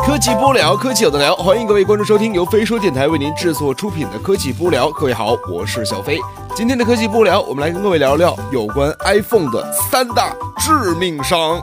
科技不聊，科技有的聊，欢迎各位关注收听由飞说电台为您制作出品的科技不聊。各位好，我是小飞。今天的科技不聊，我们来跟各位聊聊有关 iPhone 的3大致命伤。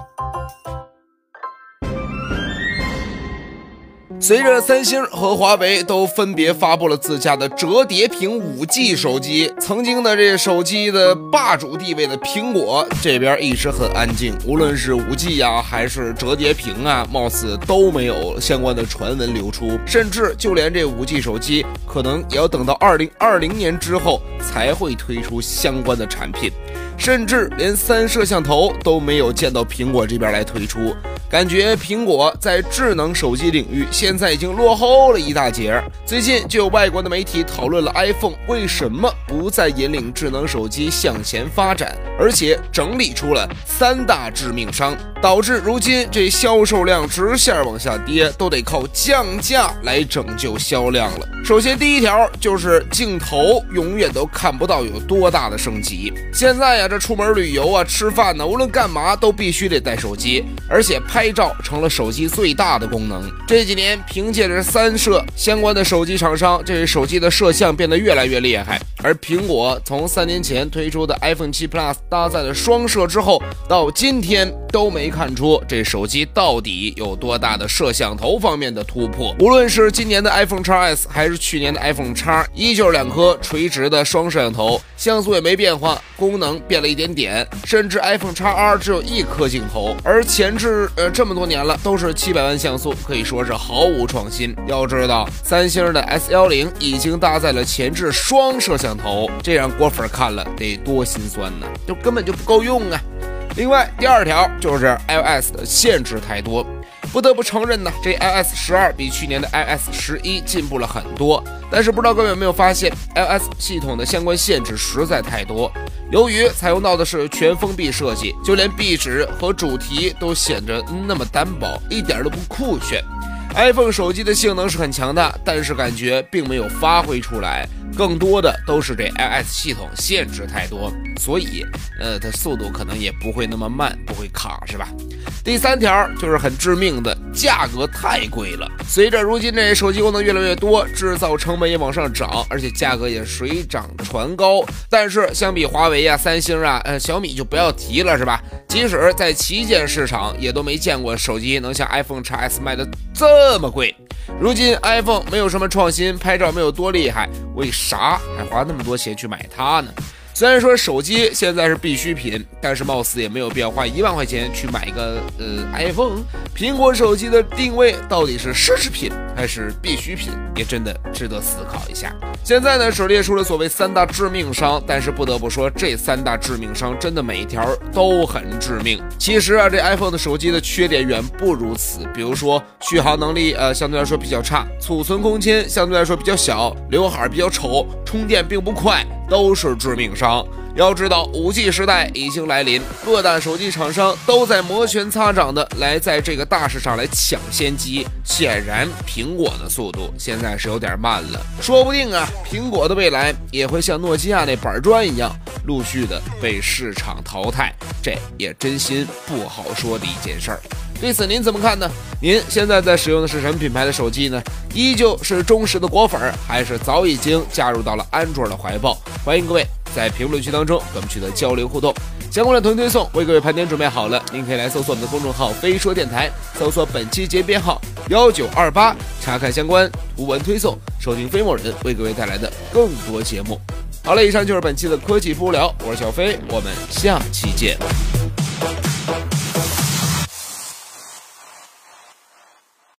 随着三星和华为都分别发布了自家的折叠屏 5G 手机，曾经的这手机的霸主地位的苹果这边一直很安静，无论是 5G 呀还是折叠屏啊，貌似都没有相关的传闻流出，甚至就连这 5G 手机可能也要等到2020年之后才会推出相关的产品，甚至连3摄像头都没有见到苹果这边来推出。感觉苹果在智能手机领域现在已经落后了一大截。最近就有外国的媒体讨论了 iPhone 为什么不再引领智能手机向前发展，而且整理出了3大致命伤，导致如今这销售量直线往下跌，都得靠降价来拯救销量了。首先第一条就是镜头永远都看不到有多大的升级。现在呀，这出门旅游啊、吃饭呢，无论干嘛都必须得带手机，而且拍照成了手机最大的功能。这几年凭借着3摄，相关的手机厂商这手机的摄像变得越来越厉害，而苹果从3年前推出的 iPhone 7 Plus 搭载了双摄之后，到今天都没看出这手机到底有多大的摄像头方面的突破。无论是今年的 iPhone XS 还是去年的 iPhone X， 依旧是2颗垂直的双摄像头，像素也没变化，功能变了一点点，甚至 iPhone XR 只有1颗镜头，而前置这么多年了都是700万像素，可以说是毫无创新。要知道三星的 S10 已经搭载了前置双摄像头，这让果粉看了得多心酸呢，就根本就不够用啊。另外第2条就是 iOS 的限制太多，不得不承认呢，这 iOS 12比去年的 iOS 11进步了很多，但是不知道各位有没有发现 iOS 系统的相关限制实在太多。由于采用到的是全封闭设计，就连壁纸和主题都显得那么单薄，一点都不酷炫。iPhone 手机的性能是很强大，但是感觉并没有发挥出来，更多的都是这 iOS 系统限制太多，所以它速度可能也不会那么慢，不会卡，是吧？第3条就是很致命的，价格太贵了。随着如今这手机功能越来越多，制造成本也往上涨，而且价格也水涨船高。但是相比华为啊、三星啊、小米就不要提了，是吧？即使在旗舰市场，也都没见过手机能像 iPhone XS 卖的这么贵。如今 iPhone 没有什么创新，拍照没有多厉害，为啥还花那么多钱去买它呢？虽然说手机现在是必需品，但是貌似也没有必要花1万块钱去买个iPhone。苹果手机的定位到底是奢侈品还是必需品，也真的值得思考一下。现在呢是列出了所谓3大致命伤，但是不得不说这3大致命伤真的每一条都很致命。其实啊，这 iPhone 的手机的缺点远不如此，比如说续航能力相对来说比较差，储存空间相对来说比较小，刘海比较丑，充电并不快，都是致命伤。要知道 5G 时代已经来临，各大手机厂商都在摩拳擦掌的来在这个大市场来抢先机，显然苹果的速度现在是有点慢了，说不定啊，苹果的未来也会像诺基亚那板砖一样陆续的被市场淘汰，这也真心不好说的一件事儿。对此您怎么看呢？您现在在使用的是什么品牌的手机呢？依旧是忠实的果粉，还是早已经加入到了安卓的怀抱？欢迎各位在评论区当中跟我们取得交流互动。相关的团推送为各位盘点准备好了，您可以来搜索我们的公众号飞说电台，搜索本期节目编号1928，查看相关图文推送，收听飞墨人为各位带来的更多节目。好了，以上就是本期的科技不聊，我是小飞，我们下期见。